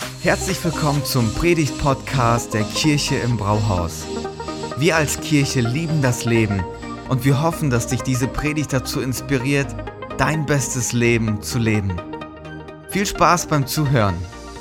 Herzlich willkommen zum Predigt-Podcast der Kirche im Brauhaus. Wir als Kirche lieben das Leben und wir hoffen, dass dich diese Predigt dazu inspiriert, dein bestes Leben zu leben. Viel Spaß beim Zuhören.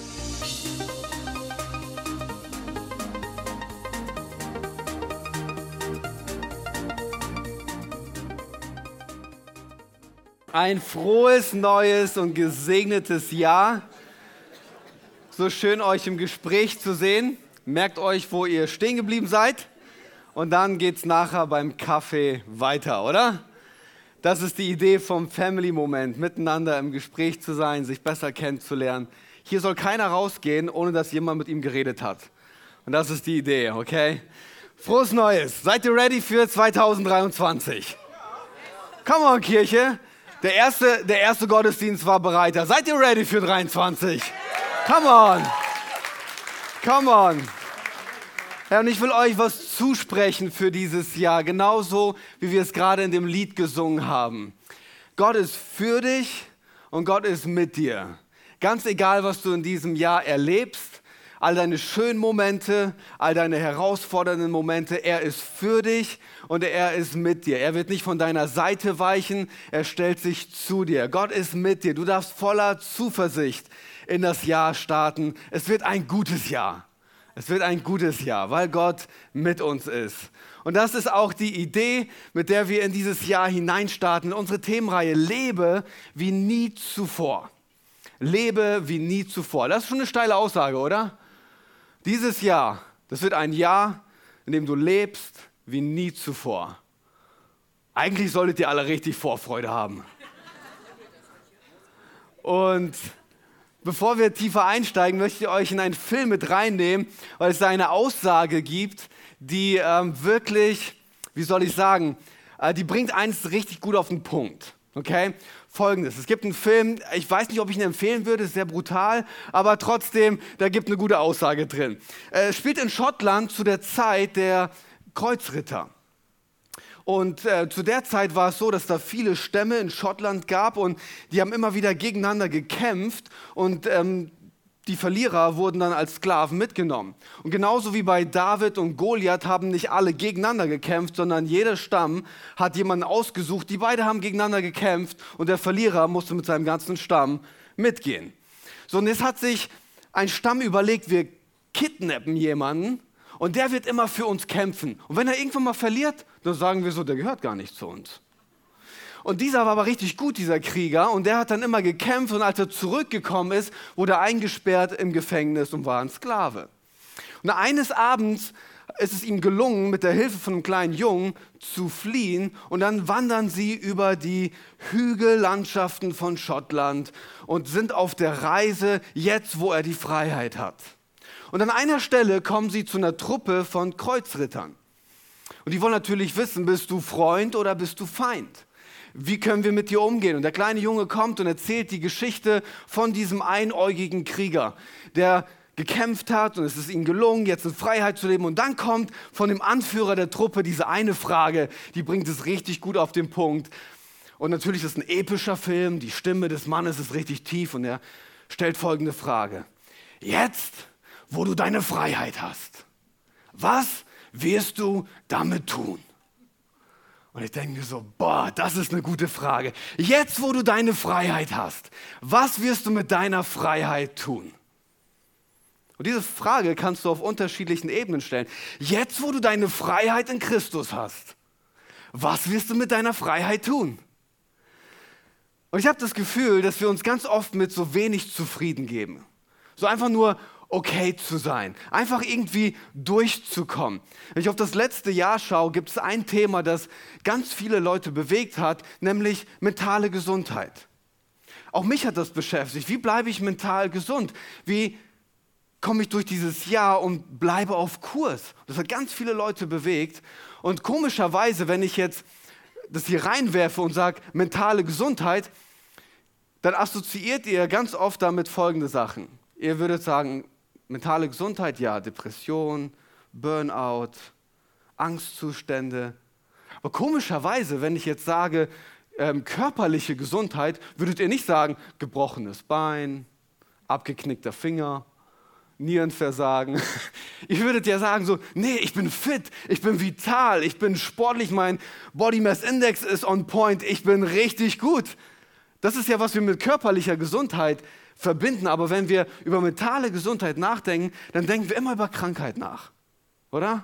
Ein frohes, neues und gesegnetes Jahr. So schön, euch im Gespräch zu sehen. Merkt euch, wo ihr stehen geblieben seid. Und dann geht's nachher beim Kaffee weiter, oder? Das ist die Idee vom Family-Moment, miteinander im Gespräch zu sein, sich besser kennenzulernen. Hier soll keiner rausgehen, ohne dass jemand mit ihm geredet hat. Und das ist die Idee, okay? Frohes Neues. Seid ihr ready für 2023? Come on, Kirche. Der erste Gottesdienst war bereiter. Seid ihr ready für 23? Come on. Come on. Ja, und ich will euch was zusprechen für dieses Jahr, genauso wie wir es gerade in dem Lied gesungen haben. Gott ist für dich und Gott ist mit dir. Ganz egal, was du in diesem Jahr erlebst, all deine schönen Momente, all deine herausfordernden Momente, er ist für dich und er ist mit dir. Er wird nicht von deiner Seite weichen, er stellt sich zu dir. Gott ist mit dir. Du darfst voller Zuversicht in das Jahr starten. Es wird ein gutes Jahr. Es wird ein gutes Jahr, weil Gott mit uns ist. Und das ist auch die Idee, mit der wir in dieses Jahr hineinstarten, in unsere Themenreihe Lebe wie nie zuvor. Lebe wie nie zuvor. Das ist schon eine steile Aussage, oder? Dieses Jahr, das wird ein Jahr, in dem du lebst wie nie zuvor. Eigentlich solltet ihr alle richtig Vorfreude haben. Und bevor wir tiefer einsteigen, möchte ich euch in einen Film mit reinnehmen, weil es da eine Aussage gibt, die wirklich, wie soll ich sagen, die bringt eins richtig gut auf den Punkt. Okay? Folgendes, es gibt einen Film, ich weiß nicht, ob ich ihn empfehlen würde, ist sehr brutal, aber trotzdem, da gibt eine gute Aussage drin. Es spielt in Schottland zu der Zeit der Kreuzritter. Und zu der Zeit war es so, dass da viele Stämme in Schottland gab und die haben immer wieder gegeneinander gekämpft und die Verlierer wurden dann als Sklaven mitgenommen. Und genauso wie bei David und Goliath haben nicht alle gegeneinander gekämpft, sondern jeder Stamm hat jemanden ausgesucht. Die beiden haben gegeneinander gekämpft und der Verlierer musste mit seinem ganzen Stamm mitgehen. So, und jetzt hat sich ein Stamm überlegt, wir kidnappen jemanden und der wird immer für uns kämpfen. Und wenn er irgendwann mal verliert, dann sagen wir so, der gehört gar nicht zu uns. Und dieser war aber richtig gut, dieser Krieger, und der hat dann immer gekämpft und als er zurückgekommen ist, wurde er eingesperrt im Gefängnis und war ein Sklave. Und eines Abends ist es ihm gelungen, mit der Hilfe von einem kleinen Jungen zu fliehen und dann wandern sie über die Hügellandschaften von Schottland und sind auf der Reise, jetzt wo er die Freiheit hat. Und an einer Stelle kommen sie zu einer Truppe von Kreuzrittern. Und die wollen natürlich wissen, bist du Freund oder bist du Feind? Wie können wir mit dir umgehen? Und der kleine Junge kommt und erzählt die Geschichte von diesem einäugigen Krieger, der gekämpft hat und es ist ihm gelungen, jetzt in Freiheit zu leben. Und dann kommt von dem Anführer der Truppe diese eine Frage, die bringt es richtig gut auf den Punkt. Und natürlich ist es ein epischer Film, die Stimme des Mannes ist richtig tief und er stellt folgende Frage. Jetzt, wo du deine Freiheit hast, was wirst du damit tun? Und ich denke mir so, boah, das ist eine gute Frage. Jetzt, wo du deine Freiheit hast, was wirst du mit deiner Freiheit tun? Und diese Frage kannst du auf unterschiedlichen Ebenen stellen. Jetzt, wo du deine Freiheit in Christus hast, was wirst du mit deiner Freiheit tun? Und ich habe das Gefühl, dass wir uns ganz oft mit so wenig zufrieden geben. So einfach nur okay zu sein, einfach irgendwie durchzukommen. Wenn ich auf das letzte Jahr schaue, gibt es ein Thema, das ganz viele Leute bewegt hat, nämlich mentale Gesundheit. Auch mich hat das beschäftigt. Wie bleibe ich mental gesund? Wie komme ich durch dieses Jahr und bleibe auf Kurs? Das hat ganz viele Leute bewegt. Und komischerweise, wenn ich jetzt das hier reinwerfe und sage, mentale Gesundheit, dann assoziiert ihr ganz oft damit folgende Sachen. Ihr würdet sagen, mentale Gesundheit, ja, Depression, Burnout, Angstzustände. Aber komischerweise, wenn ich jetzt sage, körperliche Gesundheit, würdet ihr nicht sagen, gebrochenes Bein, abgeknickter Finger Nierenversagen. Ihr würdet ja sagen so, nee, ich bin fit, ich bin vital, ich bin sportlich, mein Body Mass Index ist on point, ich bin richtig gut. Das ist ja, was wir mit körperlicher Gesundheit verbinden. Aber wenn wir über mentale Gesundheit nachdenken, dann denken wir immer über Krankheit nach, oder?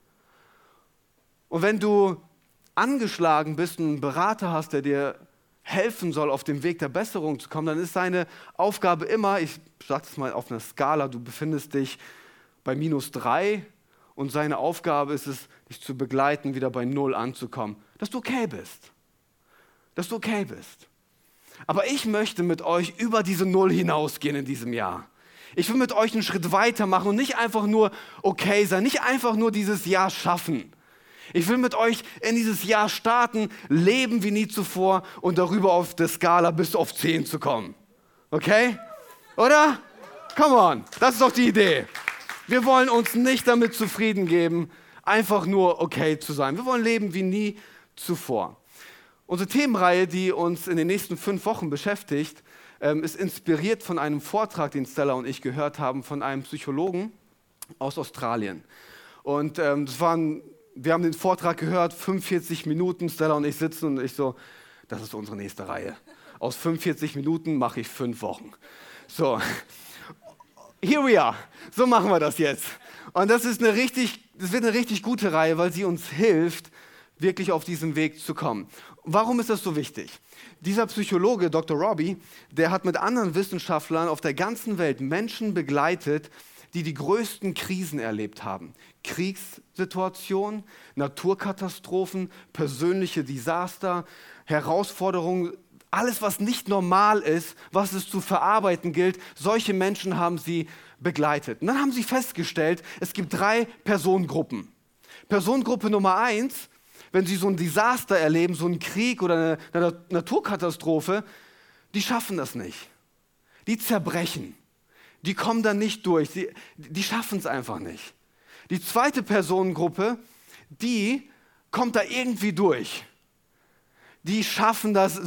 Und wenn du angeschlagen bist und einen Berater hast, der dir helfen soll, auf dem Weg der Besserung zu kommen, dann ist seine Aufgabe immer, ich sage das mal auf einer Skala, du befindest dich bei -3 und seine Aufgabe ist es, dich zu begleiten, wieder bei 0 anzukommen, dass du okay bist. Dass du okay bist. Aber ich möchte mit euch über diese 0 hinausgehen in diesem Jahr. Ich will mit euch einen Schritt weiter machen und nicht einfach nur okay sein, nicht einfach nur dieses Jahr schaffen. Ich will mit euch in dieses Jahr starten, leben wie nie zuvor und darüber auf der Skala bis auf 10 zu kommen. Okay? Oder? Come on, das ist doch die Idee. Wir wollen uns nicht damit zufrieden geben, einfach nur okay zu sein. Wir wollen leben wie nie zuvor. Unsere Themenreihe, die uns in den nächsten 5 Wochen beschäftigt, ist inspiriert von einem Vortrag, den Stella und ich gehört haben, von einem Psychologen aus Australien. Und wir haben den Vortrag gehört, 45 Minuten, Stella und ich sitzen und ich so, das ist unsere nächste Reihe. Aus 45 Minuten mache ich 5 Wochen. So, here we are. So machen wir das jetzt. Und das wird eine richtig gute Reihe, weil sie uns hilft, wirklich auf diesen Weg zu kommen. Warum ist das so wichtig? Dieser Psychologe, Dr. Robbie, der hat mit anderen Wissenschaftlern auf der ganzen Welt Menschen begleitet, die die größten Krisen erlebt haben. Kriegssituationen, Naturkatastrophen, persönliche Desaster, Herausforderungen, alles, was nicht normal ist, was es zu verarbeiten gilt, solche Menschen haben sie begleitet. Und dann haben sie festgestellt, es gibt 3 Personengruppen. Personengruppe Nummer 1, wenn sie so ein Desaster erleben, so einen Krieg oder eine Naturkatastrophe, die schaffen das nicht. Die zerbrechen. Die kommen dann nicht durch. Die schaffen es einfach nicht. Die zweite Personengruppe, die kommt da irgendwie durch. Die schaffen das,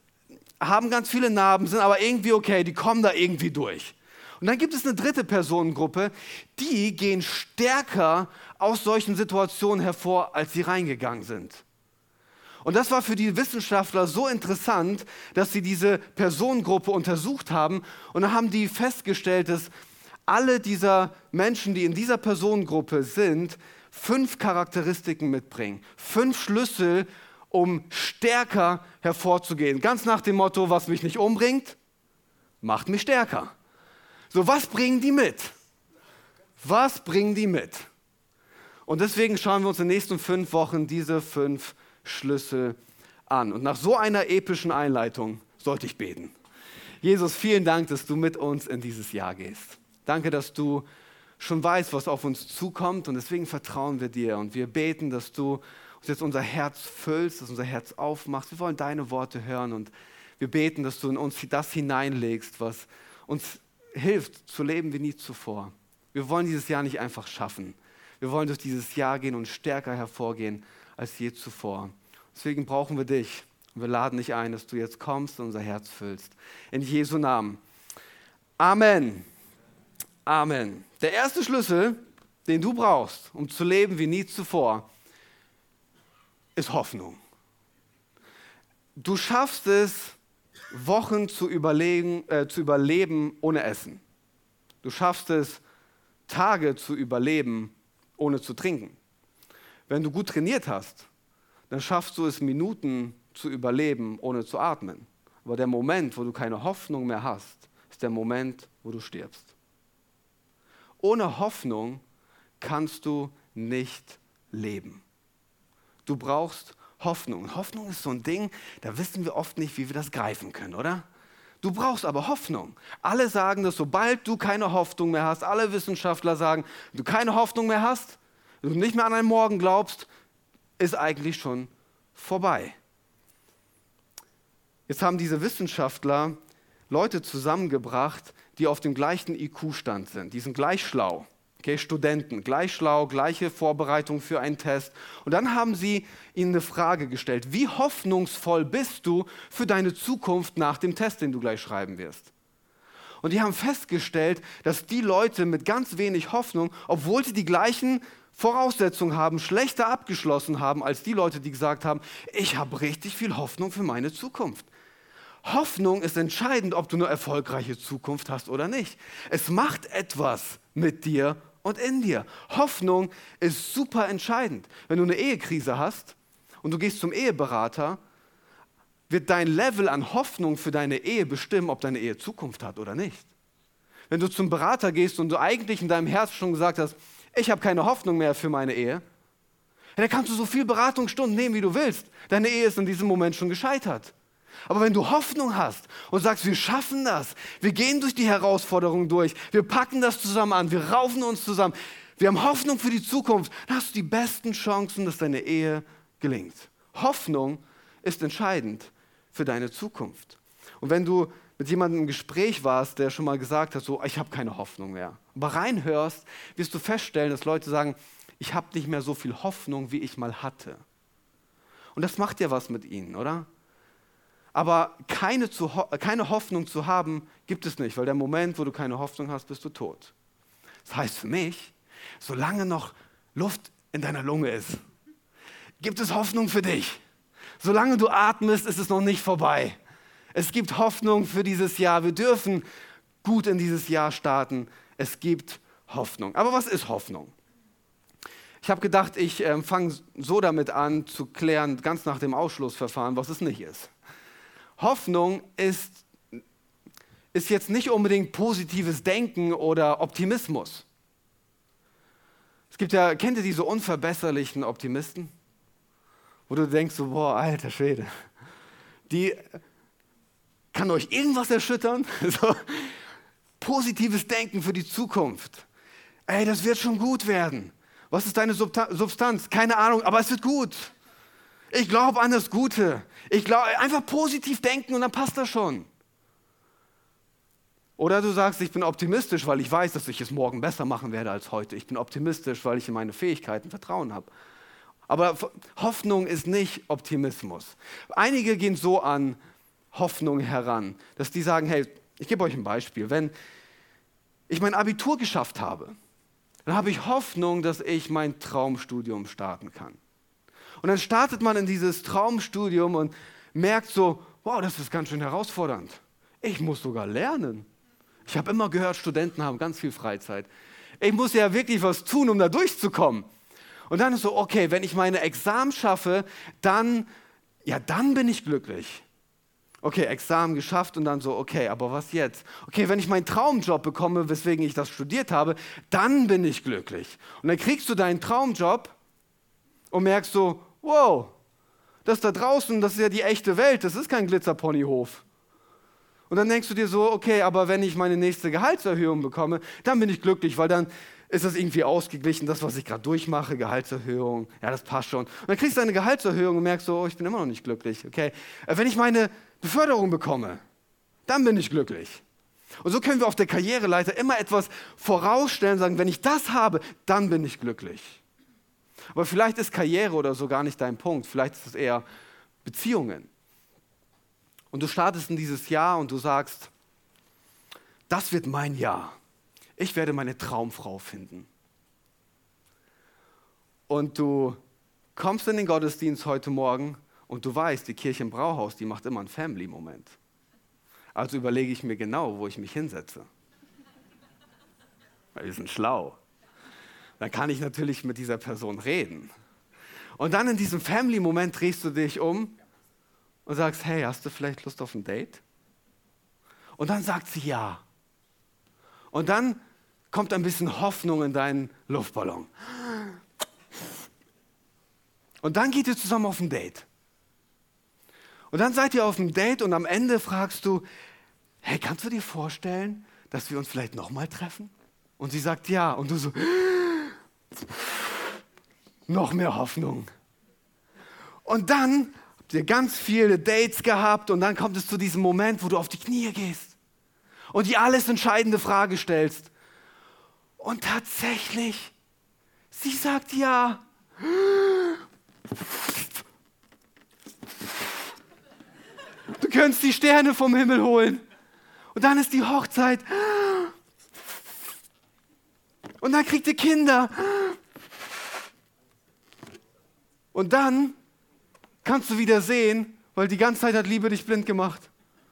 haben ganz viele Narben, sind aber irgendwie okay, die kommen da irgendwie durch. Und dann gibt es eine dritte Personengruppe, die gehen stärker aus solchen Situationen hervor, als sie reingegangen sind. Und das war für die Wissenschaftler so interessant, dass sie diese Personengruppe untersucht haben. Und dann haben die festgestellt, dass alle dieser Menschen, die in dieser Personengruppe sind, 5 Charakteristiken mitbringen. 5 Schlüssel, um stärker hervorzugehen. Ganz nach dem Motto, was mich nicht umbringt, macht mich stärker. So, was bringen die mit? Was bringen die mit? Und deswegen schauen wir uns in den nächsten 5 Wochen diese 5 Schlüssel an. Und nach so einer epischen Einleitung sollte ich beten. Jesus, vielen Dank, dass du mit uns in dieses Jahr gehst. Danke, dass du schon weißt, was auf uns zukommt und deswegen vertrauen wir dir und wir beten, dass du uns jetzt unser Herz füllst, dass unser Herz aufmachst. Wir wollen deine Worte hören und wir beten, dass du in uns das hineinlegst, was uns hilft, zu leben wie nie zuvor. Wir wollen dieses Jahr nicht einfach schaffen. Wir wollen durch dieses Jahr gehen und stärker hervorgehen als je zuvor. Deswegen brauchen wir dich. Und wir laden dich ein, dass du jetzt kommst und unser Herz füllst. In Jesu Namen. Amen. Amen. Der erste Schlüssel, den du brauchst, um zu leben wie nie zuvor, ist Hoffnung. Du schaffst es, Wochen zu überleben ohne Essen. Du schaffst es, Tage zu überleben ohne zu trinken. Wenn du gut trainiert hast, dann schaffst du es, Minuten zu überleben, ohne zu atmen. Aber der Moment, wo du keine Hoffnung mehr hast, ist der Moment, wo du stirbst. Ohne Hoffnung kannst du nicht leben. Du brauchst Hoffnung. Hoffnung ist so ein Ding, da wissen wir oft nicht, wie wir das greifen können, oder? Du brauchst aber Hoffnung. Alle sagen, dass sobald du keine Hoffnung mehr hast, alle Wissenschaftler sagen, wenn du keine Hoffnung mehr hast, wenn du nicht mehr an einen Morgen glaubst, ist eigentlich schon vorbei. Jetzt haben diese Wissenschaftler Leute zusammengebracht, die auf dem gleichen IQ-Stand sind. Die sind gleich schlau. Okay, Studenten, gleich schlau, gleiche Vorbereitung für einen Test. Und dann haben sie ihnen eine Frage gestellt. Wie hoffnungsvoll bist du für deine Zukunft nach dem Test, den du gleich schreiben wirst? Und die haben festgestellt, dass die Leute mit ganz wenig Hoffnung, obwohl sie die gleichen Voraussetzungen haben, schlechter abgeschlossen haben als die Leute, die gesagt haben, ich habe richtig viel Hoffnung für meine Zukunft. Hoffnung ist entscheidend, ob du eine erfolgreiche Zukunft hast oder nicht. Es macht etwas mit dir und in dir. Hoffnung ist super entscheidend. Wenn du eine Ehekrise hast und du gehst zum Eheberater, wird dein Level an Hoffnung für deine Ehe bestimmen, ob deine Ehe Zukunft hat oder nicht. Wenn du zum Berater gehst und du eigentlich in deinem Herz schon gesagt hast, ich habe keine Hoffnung mehr für meine Ehe, dann kannst du so viel Beratungsstunden nehmen, wie du willst. Deine Ehe ist in diesem Moment schon gescheitert. Aber wenn du Hoffnung hast und sagst, wir schaffen das, wir gehen durch die Herausforderungen durch, wir packen das zusammen an, wir raufen uns zusammen, wir haben Hoffnung für die Zukunft, dann hast du die besten Chancen, dass deine Ehe gelingt. Hoffnung ist entscheidend für deine Zukunft. Und wenn du mit jemandem im Gespräch warst, der schon mal gesagt hat, so, ich habe keine Hoffnung mehr, aber reinhörst, wirst du feststellen, dass Leute sagen, ich habe nicht mehr so viel Hoffnung, wie ich mal hatte. Und das macht ja was mit ihnen, oder? Aber keine Hoffnung zu haben, gibt es nicht, weil der Moment, wo du keine Hoffnung hast, bist du tot. Das heißt für mich, solange noch Luft in deiner Lunge ist, gibt es Hoffnung für dich. Solange du atmest, ist es noch nicht vorbei. Es gibt Hoffnung für dieses Jahr. Wir dürfen gut in dieses Jahr starten. Es gibt Hoffnung. Aber was ist Hoffnung? Ich habe gedacht, ich fange so damit an zu klären, ganz nach dem Ausschlussverfahren, was es nicht ist. Hoffnung ist jetzt nicht unbedingt positives Denken oder Optimismus. Es gibt ja, kennt ihr diese unverbesserlichen Optimisten? Wo du denkst so, boah, alter Schwede, die kann euch irgendwas erschüttern? So, positives Denken für die Zukunft. Ey, das wird schon gut werden. Was ist deine Substanz? Keine Ahnung, aber es wird gut. Ich glaube an das Gute. Ich glaube, einfach positiv denken und dann passt das schon. Oder du sagst, ich bin optimistisch, weil ich weiß, dass ich es morgen besser machen werde als heute. Ich bin optimistisch, weil ich in meine Fähigkeiten Vertrauen habe. Aber Hoffnung ist nicht Optimismus. Einige gehen so an Hoffnung heran, dass die sagen, hey, ich gebe euch ein Beispiel. Wenn ich mein Abitur geschafft habe, dann habe ich Hoffnung, dass ich mein Traumstudium starten kann. Und dann startet man in dieses Traumstudium und merkt so, wow, das ist ganz schön herausfordernd. Ich muss sogar lernen. Ich habe immer gehört, Studenten haben ganz viel Freizeit. Ich muss ja wirklich was tun, um da durchzukommen. Und dann ist so, okay, wenn ich meine Examen schaffe, dann bin ich glücklich. Okay, Examen geschafft und dann so, okay, aber was jetzt? Okay, wenn ich meinen Traumjob bekomme, weswegen ich das studiert habe, dann bin ich glücklich. Und dann kriegst du deinen Traumjob und merkst so, wow, das da draußen, das ist ja die echte Welt, das ist kein Glitzerponyhof. Und dann denkst du dir so, okay, aber wenn ich meine nächste Gehaltserhöhung bekomme, dann bin ich glücklich, weil dann ist das irgendwie ausgeglichen, das, was ich gerade durchmache, Gehaltserhöhung, ja, das passt schon. Und dann kriegst du eine Gehaltserhöhung und merkst so, oh, ich bin immer noch nicht glücklich, okay. Wenn ich meine Beförderung bekomme, dann bin ich glücklich. Und so können wir auf der Karriereleiter immer etwas vorausstellen, sagen, wenn ich das habe, dann bin ich glücklich. Aber vielleicht ist Karriere oder so gar nicht dein Punkt, vielleicht ist es eher Beziehungen. Und du startest in dieses Jahr und du sagst, das wird mein Jahr. Ich werde meine Traumfrau finden. Und du kommst in den Gottesdienst heute Morgen und du weißt, die Kirche im Brauhaus, die macht immer einen Family-Moment. Also überlege ich mir genau, wo ich mich hinsetze. Weil wir sind schlau. Dann kann ich natürlich mit dieser Person reden. Und dann in diesem Family-Moment drehst du dich um und sagst, hey, hast du vielleicht Lust auf ein Date? Und dann sagt sie ja. Und dann kommt ein bisschen Hoffnung in deinen Luftballon. Und dann geht ihr zusammen auf ein Date. Und dann seid ihr auf einem Date und am Ende fragst du, hey, kannst du dir vorstellen, dass wir uns vielleicht nochmal treffen? Und sie sagt ja. Und du so, noch mehr Hoffnung. Und dann habt ihr ganz viele Dates gehabt und dann kommt es zu diesem Moment, wo du auf die Knie gehst und die alles entscheidende Frage stellst. Und tatsächlich, sie sagt ja. Du könntest die Sterne vom Himmel holen. Und dann ist die Hochzeit. Und dann kriegt ihr Kinder. Und dann kannst du wieder sehen, weil die ganze Zeit hat Liebe dich blind gemacht.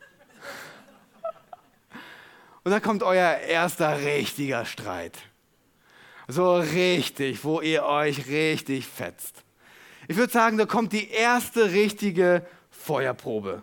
Und dann kommt euer erster richtiger Streit. So richtig, wo ihr euch richtig fetzt. Ich würde sagen, da kommt die erste richtige Feuerprobe.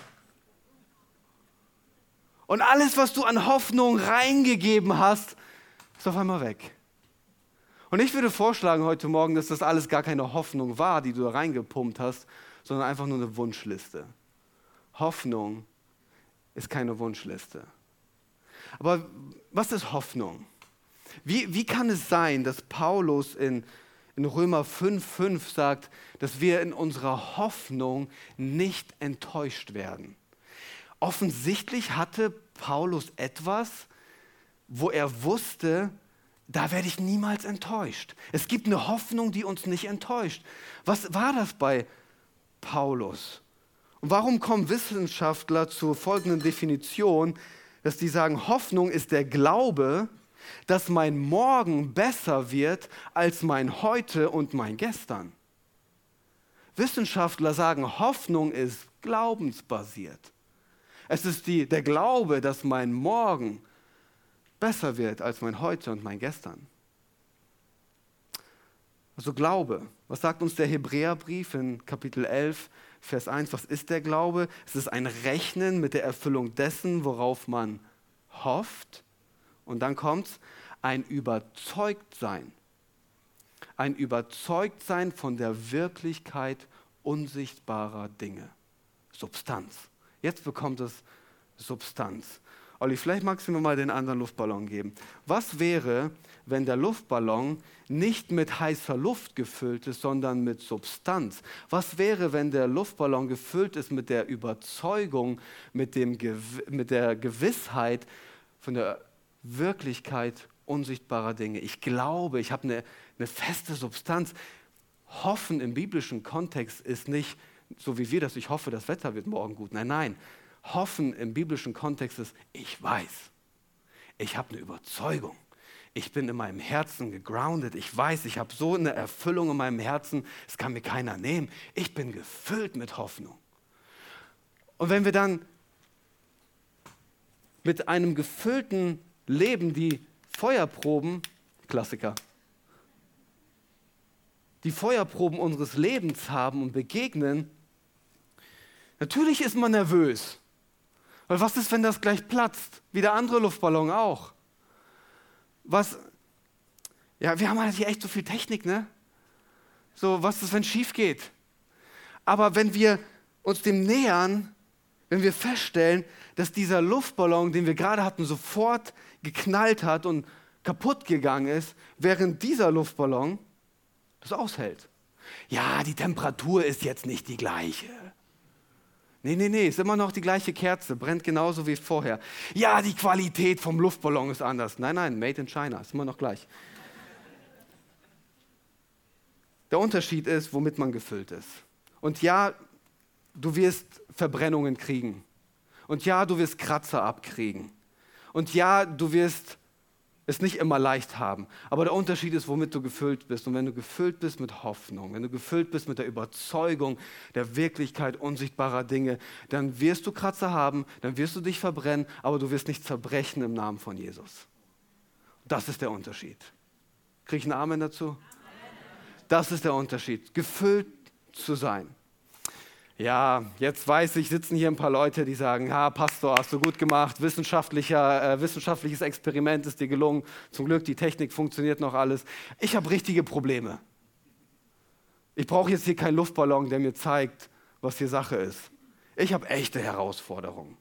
Und alles, was du an Hoffnung reingegeben hast, ist auf einmal weg. Und ich würde vorschlagen heute Morgen, dass das alles gar keine Hoffnung war, die du da reingepumpt hast, sondern einfach nur eine Wunschliste. Hoffnung ist keine Wunschliste. Aber was ist Hoffnung? Wie kann es sein, dass Paulus in Römer 5,5 sagt, dass wir in unserer Hoffnung nicht enttäuscht werden? Offensichtlich hatte Paulus etwas, wo er wusste, da werde ich niemals enttäuscht. Es gibt eine Hoffnung, die uns nicht enttäuscht. Was war das bei Paulus? Und warum kommen Wissenschaftler zur folgenden Definition, dass die sagen, Hoffnung ist der Glaube, dass mein Morgen besser wird als mein Heute und mein Gestern. Wissenschaftler sagen, Hoffnung ist glaubensbasiert. Es ist der Glaube, dass mein Morgen besser wird als mein Heute und mein Gestern. Also Glaube. Was sagt uns der Hebräerbrief in Kapitel 11, Vers 1? Was ist der Glaube? Es ist ein Rechnen mit der Erfüllung dessen, worauf man hofft. Und dann kommt ein Überzeugtsein. Ein Überzeugtsein von der Wirklichkeit unsichtbarer Dinge. Substanz. Jetzt bekommt es Substanz. Olli, vielleicht magst du mir mal den anderen Luftballon geben. Was wäre, wenn der Luftballon nicht mit heißer Luft gefüllt ist, sondern mit Substanz? Was wäre, wenn der Luftballon gefüllt ist mit der Überzeugung, mit der Gewissheit von der Wirklichkeit unsichtbarer Dinge? Ich glaube, ich habe eine feste Substanz. Hoffen im biblischen Kontext ist nicht so wie wir das, ich hoffe, das Wetter wird morgen gut. Nein, nein. Hoffen im biblischen Kontext ist, ich weiß, ich habe eine Überzeugung, ich bin in meinem Herzen gegroundet, ich weiß, ich habe so eine Erfüllung in meinem Herzen, es kann mir keiner nehmen, ich bin gefüllt mit Hoffnung. Und wenn wir dann mit einem gefüllten Leben die Feuerproben, Klassiker, die Feuerproben unseres Lebens haben und begegnen, natürlich ist man nervös. Weil was ist, wenn das gleich platzt? Wie der andere Luftballon auch. Ja, wir haben halt hier echt so viel Technik, ne? So, was ist, wenn es schief geht? Aber wenn wir uns dem nähern, wenn wir feststellen, dass dieser Luftballon, den wir gerade hatten, sofort geknallt hat und kaputt gegangen ist, während dieser Luftballon das aushält. Ja, die Temperatur ist jetzt nicht die gleiche. Nee, ist immer noch die gleiche Kerze, brennt genauso wie vorher. Ja, die Qualität vom Luftballon ist anders. Nein, made in China, ist immer noch gleich. Der Unterschied ist, womit man gefüllt ist. Und ja, du wirst Verbrennungen kriegen. Und ja, du wirst Kratzer abkriegen. Und ja, du wirst es nicht immer leicht haben. Aber der Unterschied ist, womit du gefüllt bist. Und wenn du gefüllt bist mit Hoffnung, wenn du gefüllt bist mit der Überzeugung der Wirklichkeit unsichtbarer Dinge, dann wirst du Kratzer haben, dann wirst du dich verbrennen, aber du wirst nicht zerbrechen im Namen von Jesus. Das ist der Unterschied. Kriege ich einen Amen dazu? Das ist der Unterschied, gefüllt zu sein. Ja, jetzt weiß ich, sitzen hier ein paar Leute, die sagen, ja, Pastor, hast du gut gemacht, wissenschaftliches Experiment ist dir gelungen, zum Glück, die Technik funktioniert noch alles. Ich habe richtige Probleme. Ich brauche jetzt hier keinen Luftballon, der mir zeigt, was hier Sache ist. Ich habe echte Herausforderungen.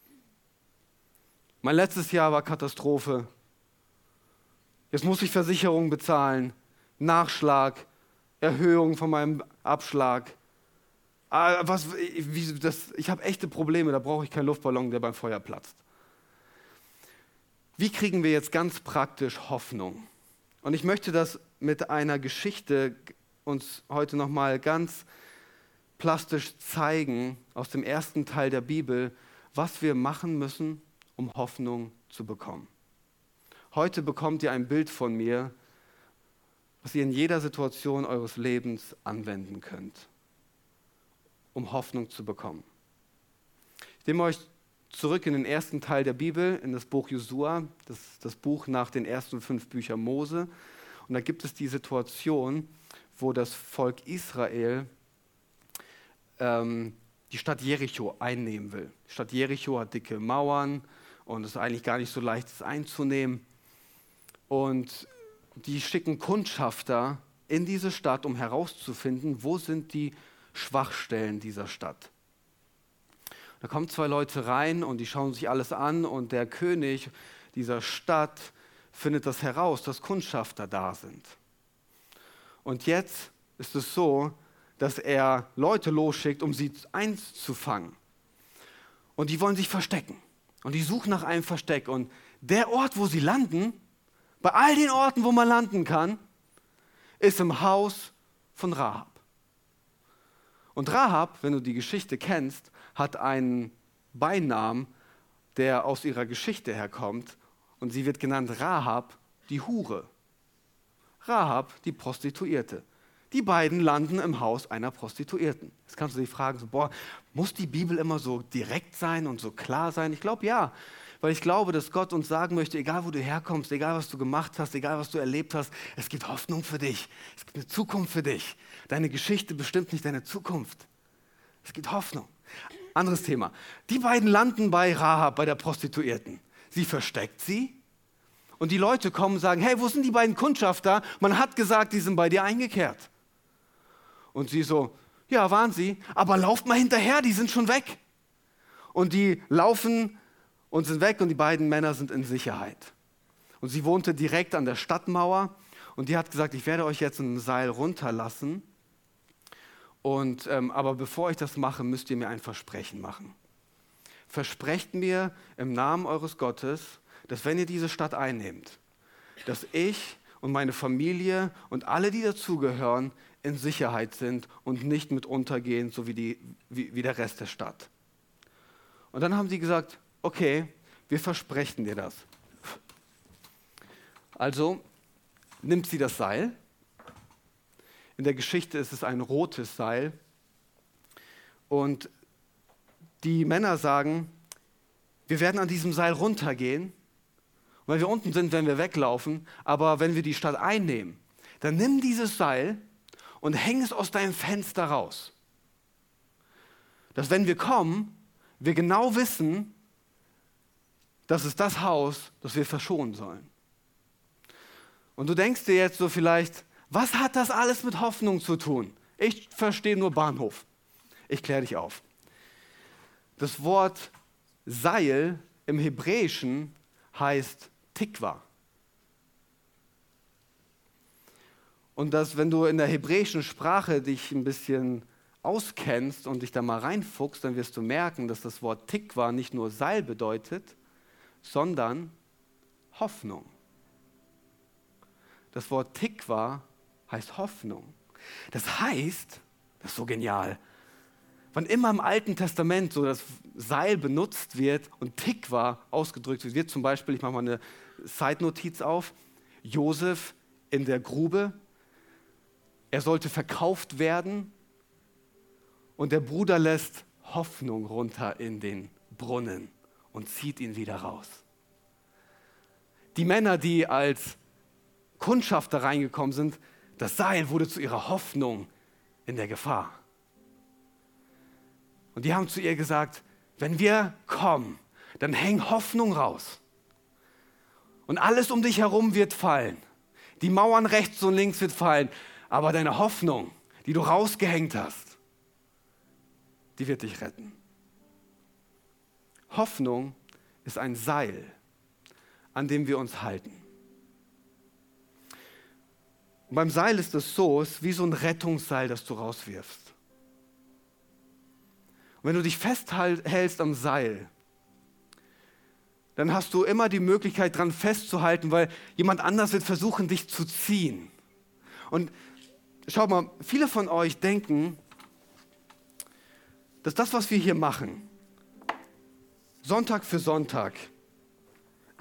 Mein letztes Jahr war Katastrophe. Jetzt muss ich Versicherungen bezahlen, Nachschlag, Erhöhung von meinem Abschlag. Ich habe echte Probleme, da brauche ich keinen Luftballon, der beim Feuer platzt. Wie kriegen wir jetzt ganz praktisch Hoffnung? Und ich möchte das mit einer Geschichte uns heute nochmal ganz plastisch zeigen, aus dem ersten Teil der Bibel, was wir machen müssen, um Hoffnung zu bekommen. Heute bekommt ihr ein Bild von mir, was ihr in jeder Situation eures Lebens anwenden könnt, um Hoffnung zu bekommen. Ich nehme euch zurück in den ersten Teil der Bibel, in das Buch Josua, das Buch nach den ersten 5 Büchern Mose. Und da gibt es die Situation, wo das Volk Israel die Stadt Jericho einnehmen will. Die Stadt Jericho hat dicke Mauern und es ist eigentlich gar nicht so leicht, es einzunehmen. Und die schicken Kundschafter in diese Stadt, um herauszufinden, wo sind die Schwachstellen dieser Stadt. Da kommen 2 Leute rein und die schauen sich alles an und der König dieser Stadt findet das heraus, dass Kundschafter da sind. Und jetzt ist es so, dass er Leute losschickt, um sie einzufangen. Und die wollen sich verstecken. Und die suchen nach einem Versteck. Und der Ort, wo sie landen, bei all den Orten, wo man landen kann, ist im Haus von Rahab. Und Rahab, wenn du die Geschichte kennst, hat einen Beinamen, der aus ihrer Geschichte herkommt. Und sie wird genannt Rahab, die Hure. Rahab, die Prostituierte. Die beiden landen im Haus einer Prostituierten. Jetzt kannst du dich fragen, so, muss die Bibel immer so direkt sein und so klar sein? Ich glaube, ja. Weil ich glaube, dass Gott uns sagen möchte, egal wo du herkommst, egal was du gemacht hast, egal was du erlebt hast, es gibt Hoffnung für dich. Es gibt eine Zukunft für dich. Deine Geschichte bestimmt nicht deine Zukunft. Es gibt Hoffnung. Anderes Thema. Die beiden landen bei Rahab, bei der Prostituierten. Sie versteckt sie und die Leute kommen und sagen, hey, wo sind die beiden Kundschafter? Man hat gesagt, die sind bei dir eingekehrt. Und sie so, ja, waren sie, aber lauft mal hinterher, die sind schon weg. Und die laufen und sind weg und die beiden Männer sind in Sicherheit. Und sie wohnte direkt an der Stadtmauer und die hat gesagt, ich werde euch jetzt ein Seil runterlassen. Und, aber bevor ich das mache, müsst ihr mir ein Versprechen machen. Versprecht mir im Namen eures Gottes, dass wenn ihr diese Stadt einnehmt, dass ich und meine Familie und alle, die dazugehören, in Sicherheit sind und nicht mit untergehen, so wie der Rest der Stadt. Und dann haben sie gesagt, okay, wir versprechen dir das. Also nimmt sie das Seil. In der Geschichte ist es ein rotes Seil. Und die Männer sagen, wir werden an diesem Seil runtergehen. Und wenn wir unten sind, werden wir weglaufen. Aber wenn wir die Stadt einnehmen, dann nimm dieses Seil und häng es aus deinem Fenster raus. Dass wenn wir kommen, wir genau wissen, das ist das Haus, das wir verschonen sollen. Und du denkst dir jetzt so vielleicht, was hat das alles mit Hoffnung zu tun? Ich verstehe nur Bahnhof. Ich kläre dich auf. Das Wort Seil im Hebräischen heißt Tikva. Und dass, wenn du in der hebräischen Sprache dich ein bisschen auskennst und dich da mal reinfuchst, dann wirst du merken, dass das Wort Tikva nicht nur Seil bedeutet, sondern Hoffnung. Das Wort Tikva heißt Hoffnung. Das heißt, das ist so genial, wann immer im Alten Testament so das Seil benutzt wird und Tikva ausgedrückt wird, zum Beispiel, ich mache mal eine Side-Notiz auf, Josef in der Grube, er sollte verkauft werden und der Bruder lässt Hoffnung runter in den Brunnen und zieht ihn wieder raus. Die Männer, die als Kundschafter reingekommen sind, das Seil wurde zu ihrer Hoffnung in der Gefahr. Und die haben zu ihr gesagt, wenn wir kommen, dann häng Hoffnung raus. Und alles um dich herum wird fallen. Die Mauern rechts und links wird fallen. Aber deine Hoffnung, die du rausgehängt hast, die wird dich retten. Hoffnung ist ein Seil, an dem wir uns halten. Und beim Seil ist es so, es ist wie so ein Rettungsseil, das du rauswirfst. Und wenn du dich festhältst am Seil, dann hast du immer die Möglichkeit, dran festzuhalten, weil jemand anders wird versuchen, dich zu ziehen. Und schaut mal, viele von euch denken, dass das, was wir hier machen, Sonntag für Sonntag,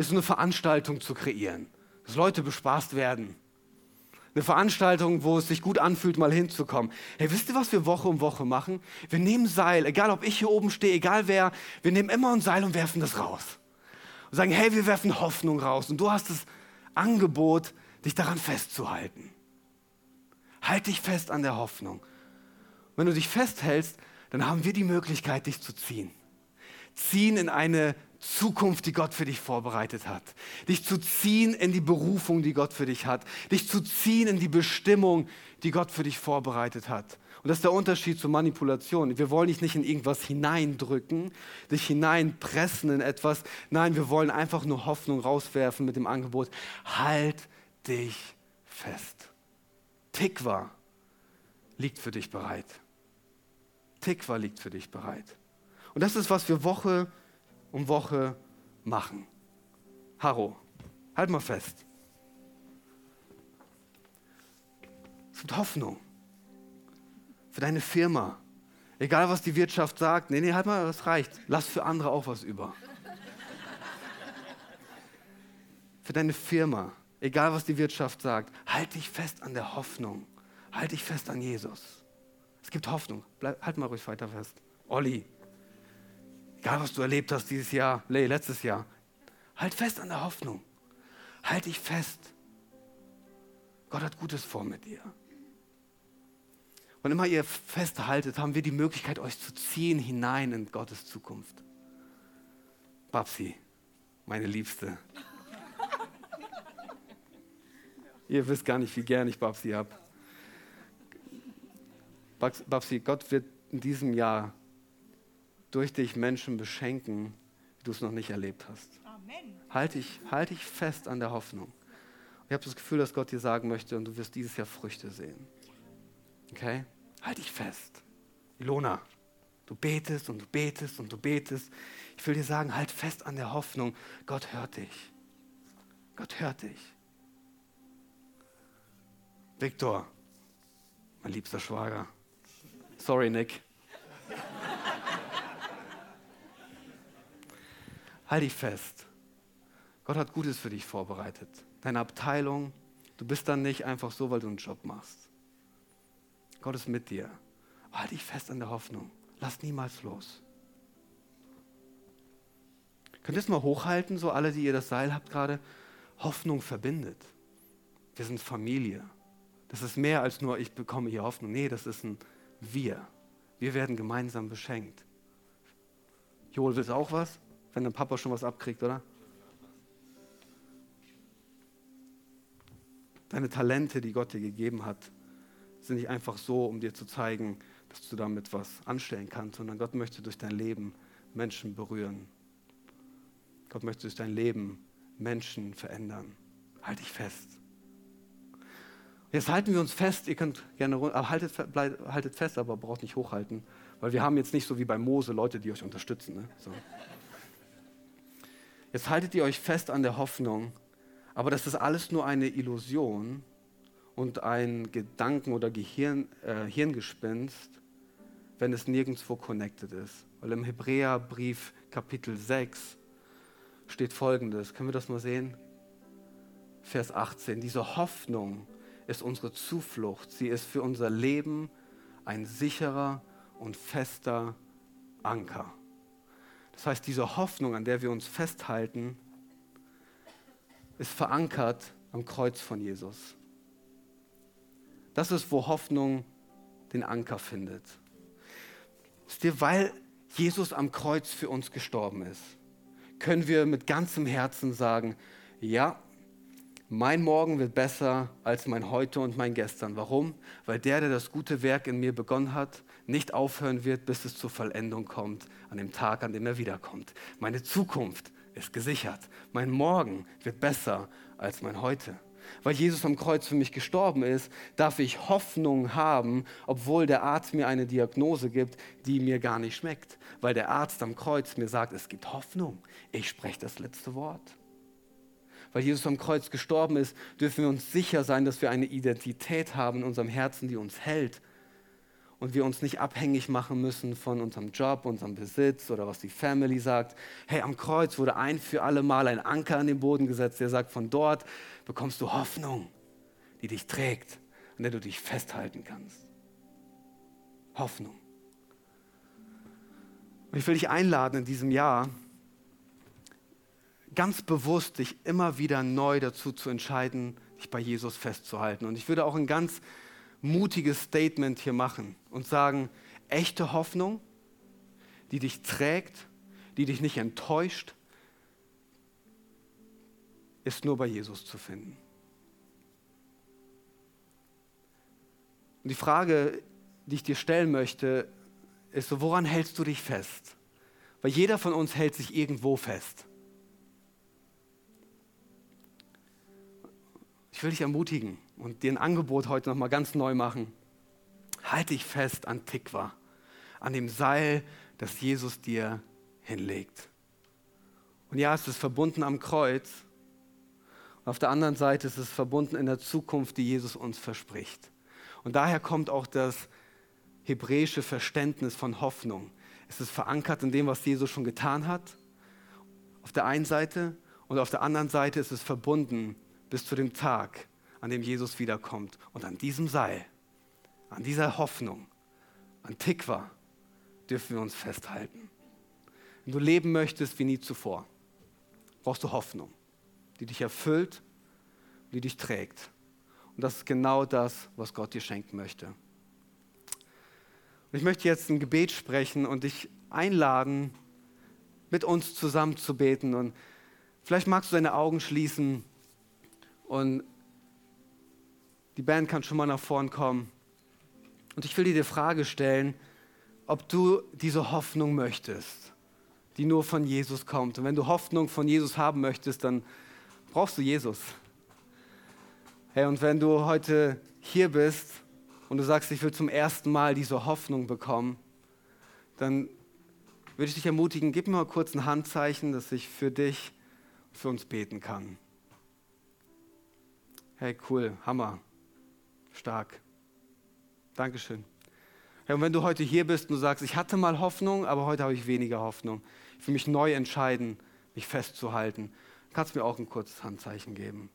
ist eine Veranstaltung zu kreieren, dass Leute bespaßt werden. Eine Veranstaltung, wo es sich gut anfühlt, mal hinzukommen. Hey, wisst ihr, was wir Woche um Woche machen? Wir nehmen Seil, egal ob ich hier oben stehe, egal wer, wir nehmen immer ein Seil und werfen das raus. Und sagen, hey, wir werfen Hoffnung raus. Und du hast das Angebot, dich daran festzuhalten. Halt dich fest an der Hoffnung. Wenn du dich festhältst, dann haben wir die Möglichkeit, dich zu ziehen. Ziehen in eine Zukunft, die Gott für dich vorbereitet hat. Dich zu ziehen in die Berufung, die Gott für dich hat. Dich zu ziehen in die Bestimmung, die Gott für dich vorbereitet hat. Und das ist der Unterschied zur Manipulation. Wir wollen dich nicht in irgendwas hineindrücken, dich hineinpressen in etwas. Nein, wir wollen einfach nur Hoffnung rauswerfen mit dem Angebot, halt dich fest. Tikva liegt für dich bereit. Tikva liegt für dich bereit. Und das ist, was wir Woche um Woche machen. Haro, halt mal fest. Es gibt Hoffnung für deine Firma. Egal, was die Wirtschaft sagt. Nee, halt mal, das reicht. Lass für andere auch was über. Für deine Firma. Egal, was die Wirtschaft sagt. Halt dich fest an der Hoffnung. Halt dich fest an Jesus. Es gibt Hoffnung. Halt mal ruhig weiter fest. Olli. Egal, was du erlebt hast dieses Jahr, letztes Jahr. Halt fest an der Hoffnung. Halt dich fest. Gott hat Gutes vor mit dir. Und immer ihr festhaltet, haben wir die Möglichkeit, euch zu ziehen hinein in Gottes Zukunft. Babsi, meine Liebste. Ihr wisst gar nicht, wie gern ich Babsi habe. Babsi, Gott wird in diesem Jahr durch dich Menschen beschenken, wie du es noch nicht erlebt hast. Amen. Halt dich fest an der Hoffnung. Ich habe das Gefühl, dass Gott dir sagen möchte, und du wirst dieses Jahr Früchte sehen. Okay? Halt dich fest. Ilona, du betest und du betest und du betest. Ich will dir sagen, halt fest an der Hoffnung. Gott hört dich. Gott hört dich. Viktor, mein liebster Schwager. Sorry, Nick. Halt dich fest. Gott hat Gutes für dich vorbereitet. Deine Abteilung, du bist dann nicht einfach so, weil du einen Job machst. Gott ist mit dir. Aber halt dich fest an der Hoffnung. Lass niemals los. Könnt ihr es mal hochhalten, so alle, die ihr das Seil habt gerade? Hoffnung verbindet. Wir sind Familie. Das ist mehr als nur, ich bekomme hier Hoffnung. Nee, das ist ein Wir. Wir werden gemeinsam beschenkt. Joel, willst du auch was? Wenn dein Papa schon was abkriegt, oder? Deine Talente, die Gott dir gegeben hat, sind nicht einfach so, um dir zu zeigen, dass du damit was anstellen kannst, sondern Gott möchte durch dein Leben Menschen berühren. Gott möchte durch dein Leben Menschen verändern. Halt dich fest. Jetzt halten wir uns fest, ihr könnt gerne runter, haltet fest, aber braucht nicht hochhalten, weil wir haben jetzt nicht so wie bei Mose Leute, die euch unterstützen. Ne? So. Jetzt haltet ihr euch fest an der Hoffnung, aber das ist alles nur eine Illusion und ein Gedanken- oder Hirngespinst, wenn es nirgendwo connected ist. Weil im Hebräerbrief Kapitel 6 steht Folgendes. Können wir das mal sehen? Vers 18. Diese Hoffnung ist unsere Zuflucht. Sie ist für unser Leben ein sicherer und fester Anker. Das heißt, diese Hoffnung, an der wir uns festhalten, ist verankert am Kreuz von Jesus. Das ist, wo Hoffnung den Anker findet. Wisst ihr, weil Jesus am Kreuz für uns gestorben ist, können wir mit ganzem Herzen sagen, ja, mein Morgen wird besser als mein Heute und mein Gestern. Warum? Weil der das gute Werk in mir begonnen hat, nicht aufhören wird, bis es zur Vollendung kommt, an dem Tag, an dem er wiederkommt. Meine Zukunft ist gesichert. Mein Morgen wird besser als mein Heute. Weil Jesus am Kreuz für mich gestorben ist, darf ich Hoffnung haben, obwohl der Arzt mir eine Diagnose gibt, die mir gar nicht schmeckt. Weil der Arzt am Kreuz mir sagt, es gibt Hoffnung. Ich spreche das letzte Wort. Weil Jesus am Kreuz gestorben ist, dürfen wir uns sicher sein, dass wir eine Identität haben in unserem Herzen, die uns hält. und wir uns nicht abhängig machen müssen von unserem Job, unserem Besitz oder was die Family sagt. Hey, am Kreuz wurde ein für alle Mal ein Anker an den Boden gesetzt, der sagt, von dort bekommst du Hoffnung, die dich trägt, an der du dich festhalten kannst. Hoffnung. Und ich will dich einladen in diesem Jahr, ganz bewusst dich immer wieder neu dazu zu entscheiden, dich bei Jesus festzuhalten. Und ich würde auch ein ganz mutiges Statement hier machen und sagen, echte Hoffnung, die dich trägt, die dich nicht enttäuscht, ist nur bei Jesus zu finden. Und die Frage, die ich dir stellen möchte, ist so, woran hältst du dich fest? Weil jeder von uns hält sich irgendwo fest. Ich will dich ermutigen und dir ein Angebot heute nochmal ganz neu machen. Halte dich fest an Tikva, an dem Seil, das Jesus dir hinlegt. Und ja, es ist verbunden am Kreuz. Und auf der anderen Seite ist es verbunden in der Zukunft, die Jesus uns verspricht. Und daher kommt auch das hebräische Verständnis von Hoffnung. Es ist verankert in dem, was Jesus schon getan hat, auf der einen Seite, und auf der anderen Seite ist es verbunden bis zu dem Tag, an dem Jesus wiederkommt. Und an diesem Seil, an dieser Hoffnung, an Tikva, dürfen wir uns festhalten. Wenn du leben möchtest wie nie zuvor, brauchst du Hoffnung, die dich erfüllt, die dich trägt. Und das ist genau das, was Gott dir schenken möchte. Und ich möchte jetzt ein Gebet sprechen und dich einladen, mit uns zusammen zu beten. Und vielleicht magst du deine Augen schließen und die Band kann schon mal nach vorn kommen. Und ich will dir die Frage stellen, ob du diese Hoffnung möchtest, die nur von Jesus kommt. Und wenn du Hoffnung von Jesus haben möchtest, dann brauchst du Jesus. Hey, und wenn du heute hier bist und du sagst, ich will zum ersten Mal diese Hoffnung bekommen, dann würde ich dich ermutigen, gib mir mal kurz ein Handzeichen, dass ich für dich, für uns beten kann. Hey, cool, Hammer, stark. Dankeschön. Hey, und wenn du heute hier bist und du sagst, ich hatte mal Hoffnung, aber heute habe ich weniger Hoffnung, ich will mich neu entscheiden, mich festzuhalten, kannst du mir auch ein kurzes Handzeichen geben.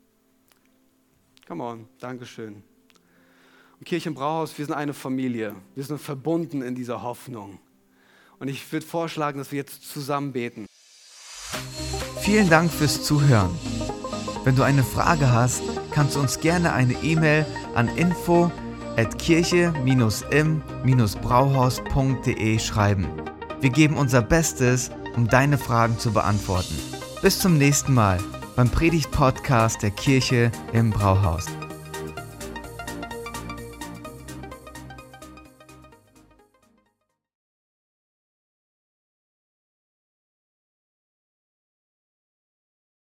Come on, Dankeschön. Und Kirche im Brauhaus, wir sind eine Familie. Wir sind verbunden in dieser Hoffnung. Und ich würde vorschlagen, dass wir jetzt zusammen beten. Vielen Dank fürs Zuhören. Wenn du eine Frage hast, kannst du uns gerne eine E-Mail an info@kirche-im-brauhaus.de schreiben. Wir geben unser Bestes, um deine Fragen zu beantworten. Bis zum nächsten Mal beim Predigt-Podcast der Kirche im Brauhaus.